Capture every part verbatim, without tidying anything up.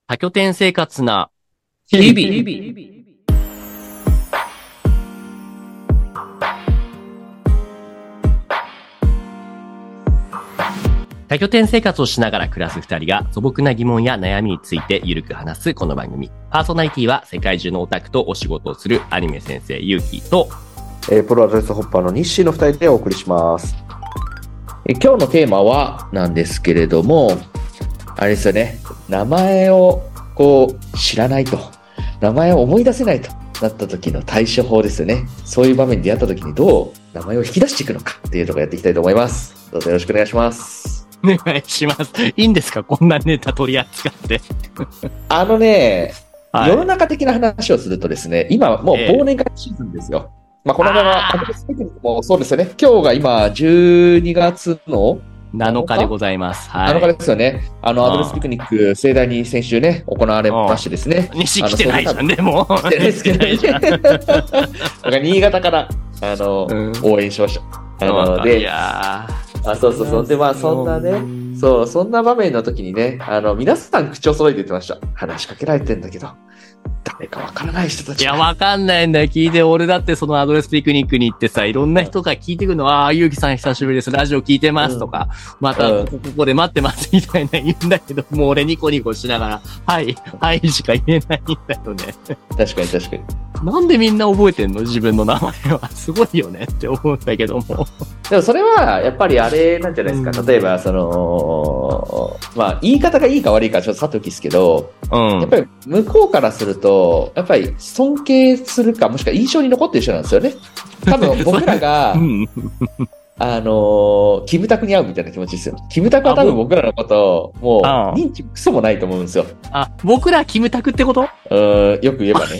多拠点生活な日々。多拠点生活をしながら暮らす二人が素朴な疑問や悩みについてゆるく話すこの番組。パーソナリティは世界中のオタクとお仕事をするアニメ先生ゆうきと、 えー、プロアドレスホッパーのニッシーの二人でお送りします。えー、今日のテーマはなんですけれども、あれですよね、名前をこう知らないと、名前を思い出せないとなった時の対処法ですよね。そういう場面に出会った時にどう名前を引き出していくのかっていうところをやっていきたいと思います。どうぞよろしくお願いします。 お願いします。いいんですか、こんなネタ取り扱ってあのね、 はい、 世の中的な話をするとですね、今もう忘年会シーズンですよ。えー、まあ、このままアドレスピクニックもそうですよね。今日が今じゅうにがつのなのかでございます。はい。 なのかですよね。あの、アドレスピクニック、盛大に先週ね、行われましてですね。 西来てないじゃん、でも。 来てないですけどね。なんか新潟から、あの、うん、応援しました。あの、で、 いやあ、そうそうそう。で、まあ、そんなね、そう、そんな場面の時にね、あの、皆さん口を揃えて言ってました。話しかけられてんだけど、誰かわからない人たち。 いや、わかんないんだよ。聞いて、俺だってそのアドレスピクニックに行ってさ、いろんな人が聞いてくるの、ああ、ゆうきさん久しぶりです。ラジオ聞いてますとか、うん、また、ここ、ここで待ってますみたいな言うんだけど、もう俺ニコニコしながら、はい、はいしか言えないんだよね。 確かに確かに。 なんでみんな覚えてんの？自分の名前は。すごいよねって思うんだけども。 でもそれは、やっぱりあれなんじゃないですか。うん、例えば、その、まあ、言い方がいいか悪いかちょっとさておきですけど、うん、やっぱり向こうからすると、やっぱり尊敬するか、もしくは印象に残ってる人なんですよね。多分僕らが、うん、あのー、キムタクに会うみたいな気持ちですよ。キムタクは多分僕らのことを、もう、認知クソもないと思うんですよ。 あ、僕らキムタクってこと？ うーん、よく言えばね。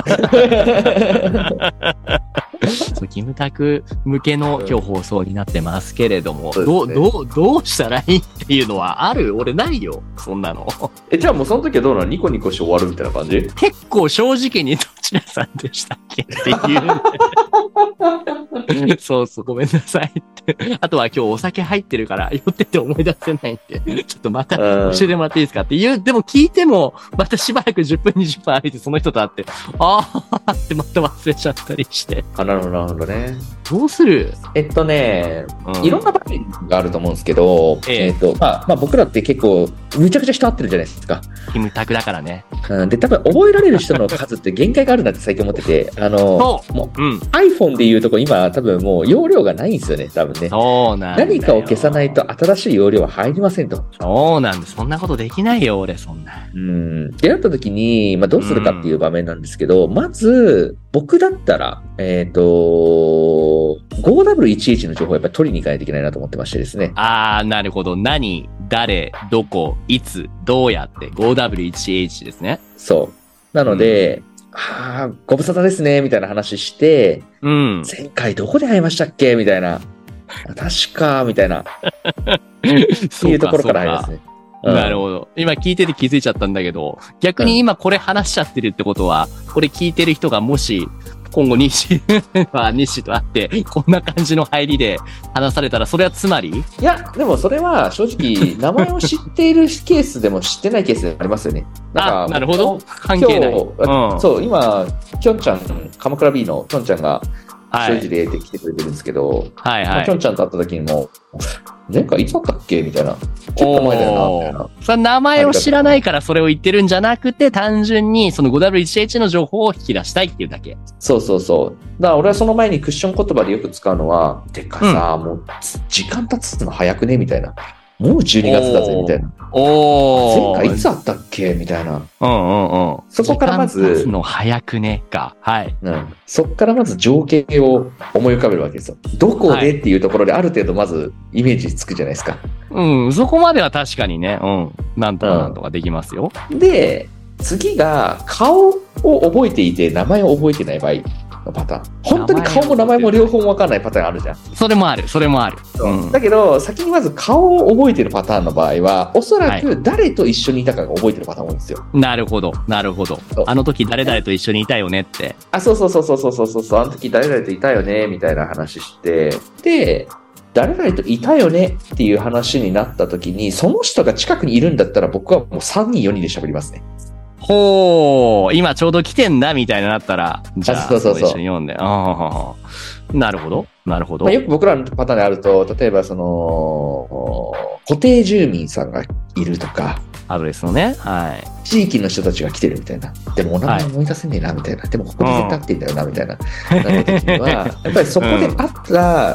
そう、キムタク向けの今日放送になってますけれども、うん、どう、どう、どうしたらいいっていうのはある？俺ないよ、そんなの。 え、じゃあもうその時はどうなの？ニコニコして終わるみたいな感じ？ 結構正直にどちらさんでしたっけっていう。そうそう、ごめんなさいって。あとは今日お酒入ってるから、酔ってて思い出せないんで、ちょっとまた教えてもらっていいですかって言う。でも聞いても、またしばらくじゅっぷん、にじゅっぷん歩いてその人と会って、あーってまた忘れちゃったりして。 あ、なるほど、なるほどね。 どうする？ えっとね、うん、いろんな場面があると思うんですけど、えええっと、まあ、まあ僕らって結構、むちゃくちゃ人合ってるじゃないですか。 キムタクだからね。 うん、で、多分覚えられる人の数って限界があるなって最近思ってて、あの、もう、うん、iPhone でいうとこ今多分もう容量がないんですよね、多分ね。 そうなんだよ。 何かを消さないと新しい容量は入りませんと。 そうなんです。そんなことできないよ、俺、そんな。 うん。ってなった時に、まあどうするかっていう場面なんですけど、うん、まず、僕だったら、えっと、ごーダブリューいちいち の情報をやっぱり取りに行かないといけないなと思ってましてですね。 あー、なるほど。何、誰、どこ、いつ、どうやって ごーダブリューいちエイチ ですね。 そう。なので、うん、ああ、ご無沙汰ですね、みたいな話して、うん、前回どこで会いましたっけみたいな。確か、みたいな。っていうところから入りますね。 うん、なるほど。今聞いてて気づいちゃったんだけど、逆に今これ話しちゃってるってことは、これ聞いてる人がもし、今後西は西と会って、こんな感じの入りで話されたら、それはつまり？ いや、でもそれは正直、名前を知っているケースでも知ってないケースでもありますよね。 なんか、あ、なるほど。関係ない。 うん、そう、今、きょんちゃん、鎌倉 B のきょんちゃんが、正直で来てくれてるんですけど、 はいはい。 きょんちゃんと会った時にも、前回いつだったっけみたいな。結構前だよな、みたいな。 その名前を知らないからそれを言ってるんじゃなくて、単純にその ごーダブリューいちエイチ の情報を引き出したいっていうだけ。 そうそうそう。だから俺はその前にクッション言葉でよく使うのは、てかさ、うん、もう時間経つの早くねみたいな。もうじゅうにがつだぜみたいな。お前回いつあったっけみたいな。 うんうんうん。 そこからまず。 時間経つの早くねか。はい。 うん。そこからまず情景を思い浮かべるわけですよ。どこでっていうところである程度まずイメージつくじゃないですか。 うん。そこまでは確かにね。うん。なんとかなんとかできますよ。 うん、で、次が顔を覚えていて名前を覚えてない場合。のパターン。本当に顔も名前も両方分かんないパターンあるじゃん。 それもある、それもある。 うん、だけど、先にまず顔を覚えてるパターンの場合は、おそらく誰と一緒にいたかが覚えてるパターン多いんですよ。 なるほど、なるほど。あの時誰々と一緒にいたよねって。 あ、そうそうそうそうそうそうそう、あの時誰々といたよね、みたいな話して、で、 誰々といたよねっていう話になった時に、その人が近くにいるんだったら僕はもうさんにんよにんで喋りますね。 ほー、今ちょうど来てんだみたいななったら、じゃあ、 そうそうそう。 一緒に読んで。ああ、なるほど。なるほど。 まあ、よく僕らのパターンであると、例えばその、固定住民さんがいるとか、 アドレスのね。はい。 地域の人たちが来てるみたいな。でもお名前思い出せねえな、みたいな。でもここで絶対会ってんだよな、みたいな。なった時には、やっぱりそこで会った、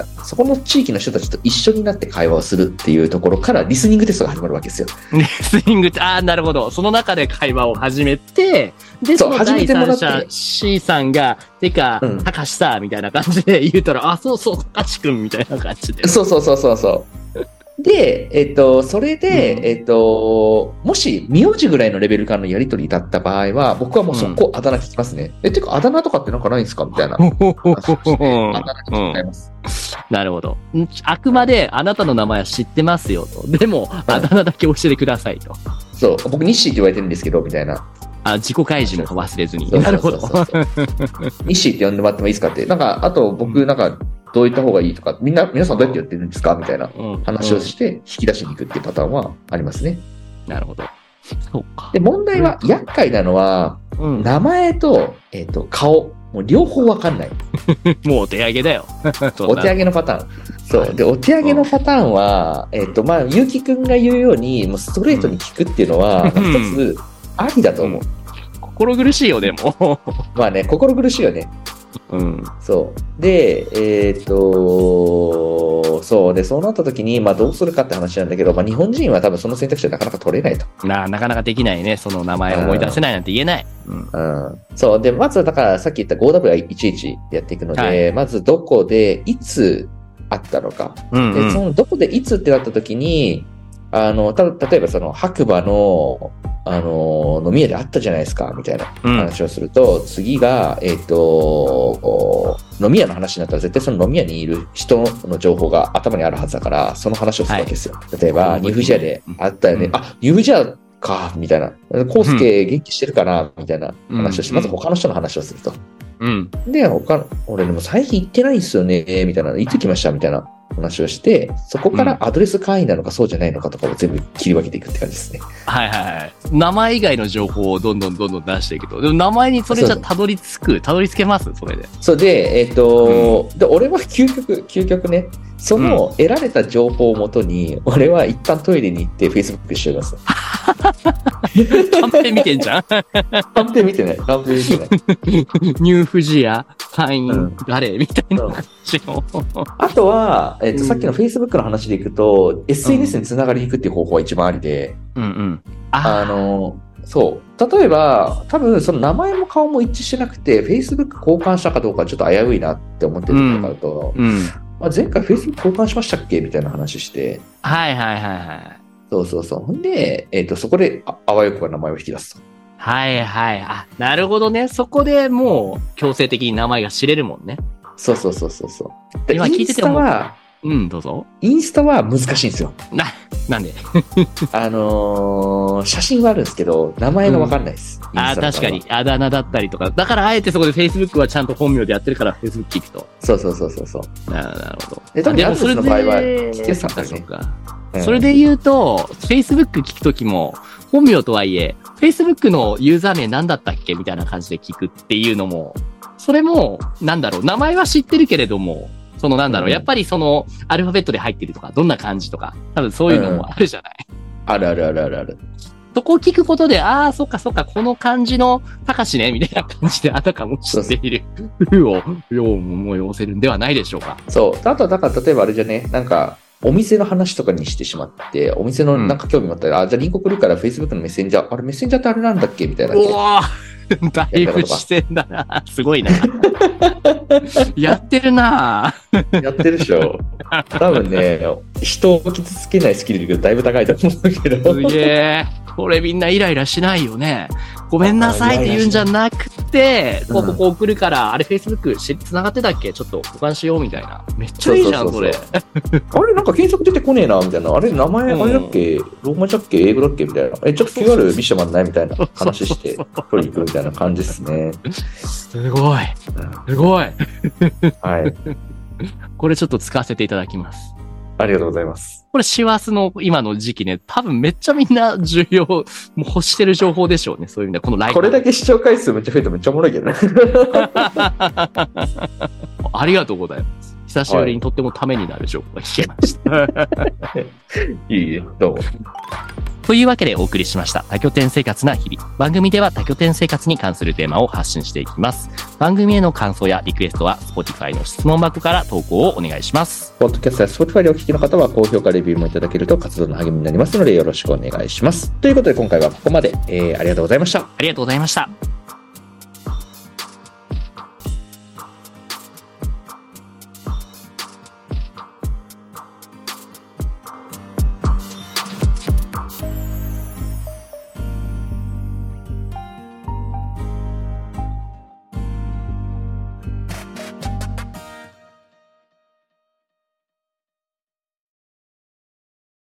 そこの地域の人たちと一緒になって会話をするっていうところから、リスニングテストが始まるわけですよ。 リスニングって、ああ、なるほど。その中で会話を始めて、で、その第三者 C さんが、てか、たかしさ、みたいな感じで言うたら、あ、そうそう、たかしくん、みたいな感じで。 そうそうそうそうそう。で、えっと、それで、うん、えっと、もし、名字ぐらいのレベル感のやりとりだった場合は、僕はもうそこあだ名聞きますね。うん、え、てか、あだ名とかってなんかないんですかみたいな。あだ名聞きます。 うん、なるほど。あくまで、あなたの名前は知ってますよと。でも、あだ名だけ教えてくださいと。 そう、僕、日誌って言われてるんですけど、みたいな。 あ、自己開示も忘れずに。 なるほど。 日誌って呼んでもらってもいいですかって。なんか、あと僕、なんか、どういった方がいいとか、みんな、皆さんどうやってやってるんですかみたいな話をして引き出しに行くっていうパターンはありますね。 なるほど。そうか。 で、問題は、厄介なのは、うん、名前と、えっと、顔、もう両方わかんない。 もうお手上げだよ。 お手上げのパターン。そう。で、お手上げのパターンは、えっと、まあ、ゆうきくんが言うように、もうストレートに聞くっていうのは、一、うん、つ、ありだと思う、うん。 心苦しいよ、でも。 まあね、心苦しいよね。うん、そうで、えっ、ー、とそうでそうなった時に、まあ、どうするかって話なんだけど、まあ、日本人は多分その選択肢はなかなか取れないと。 ななかなかできないね。その名前を思い出せないなんて言えない。 うんうん、そうでまずだからさっき言った ごダブリューいちいち やっていくので、はい、まずどこでいつあったのか、うんうん、でそのどこでいつってなった時にあのた例えばその白馬のあの飲み屋であったじゃないですかみたいな話をすると、うん、次が、えー、と飲み屋の話になったら絶対その飲み屋にいる人の情報が頭にあるはずだからその話をするわけですよ、はい、例えばニューフジアであったよね、うん、あニューフジアかみたいなコウスケ元気してるかなみたいな話をして、うん、まず他の人の話をすると、うん、で他俺でも最近行ってないんですよねみたいないつ来ましたみたいな話をして、そこからアドレス会員なのかそうじゃないのかとかを全部切り分けていくって感じですね。 はいはいはい。名前以外の情報をどんどんどんどん出していくと。でも名前にそれじゃたどり着く、たどり着けますそれで。 そうで、えっ、ー、と、うん、で、俺は究極、究極ね、その得られた情報をもとに、うん、俺は一旦トイレに行って Facebook しちゃいます。 カンペ見てんじゃんカンペ見てない。カンペ見てない。 ニューフジア、会員、うん、誰みたいな話を。 あとは、えっ、ー、と、うん、さっきの Facebook の話でいくと、エスエヌエス につながりに行くっていう方法は一番ありで、うんうん、あ, あの、そう。例えば、多分その名前も顔も一致してなくて、Facebook 交換したかどうかちょっと危ういなって思ってるところがあると、うんうんまあ、前回 Facebook 交換しましたっけみたいな話して。 はいはいはいはい。 そうそうそう。ほんで、えっ、ー、と、そこであ、あわよくば名前を引き出すと。 はいはい。あ、なるほどね。そこでもう強制的に名前が知れるもんね。 そうそうそうそうそう。 今聞いてて思ったうん、どうぞ。 インスタは難しいんですよ。 な、なんであのー、写真はあるんですけど、名前がわかんないです。 うん、ああ、確かに。あだ名だったりとか。だからあえてそこで Facebook はちゃんと本名でやってるから Facebook 聞くと。 そうそうそうそうそう。 なるほど。 で、でもそれの場合は聞けたんですね。 うん、それで言うと、Facebook 聞くときも、本名とはいえ、Facebook のユーザー名何だったっけみたいな感じで聞くっていうのも、それも、なんだろう、名前は知ってるけれども、そのなんだろう、うん、やっぱりその、アルファベットで入ってるとか、どんな感じとか、多分そういうのもあるじゃない、うん、 あるあるあるあるある。 そこを聞くことで、ああ、そっかそっか、この感じの、たかしね、みたいな感じで、あたかも知っている風を、よう催せるんではないでしょうか。 そう。あとは、だから例えばあれじゃね、なんか、お店の話とかにしてしまって、お店のなんか興味持ったら、うん、あ、じゃあリンク送るから Facebook のメッセンジャー、あれメッセンジャーってあれなんだっけみたいな。 うわだいぶ視点だな。すごいな。やってるな。 やってるでしょ。多分ね、人を傷つけないスキルがだいぶ高いと思うけど。 すげえ。これみんなイライラしないよね。ごめんなさいって言うんじゃなくて、こうここ送るから、あれ Facebook つながってたっけちょっと保管しようみたいな。めっちゃいいじゃん、それ。 あれなんか検索出てこねえな、みたいな。あれ名前あれだっけ、うん、ローマ字だっけ英語だっけみたいな。え、ちょっと キューアール 見せてもらんないみたいな話して、取りに行くみたいな感じですね。 すごい。すごい。 はい。 これちょっと使わせていただきます。 ありがとうございます。 これ、師走の今の時期ね、多分めっちゃみんな重要、もう欲してる情報でしょうね。そういう意味で、このライブ。 これだけ視聴回数めっちゃ増えてめっちゃおもろいけどね。 ありがとうございます。久しぶりにとってもためになる情報が聞けました。はい、いいえ、どうも。 というわけでお送りしました多拠点生活な日々。番組では多拠点生活に関するテーマを発信していきます。番組への感想やリクエストは Spotify の質問箱から投稿をお願いします。 ポッドキャストや Spotify でお聞きの方は高評価レビューもいただけると活動の励みになりますのでよろしくお願いします。ということで今回はここまで、えー、ありがとうございました。 ありがとうございました。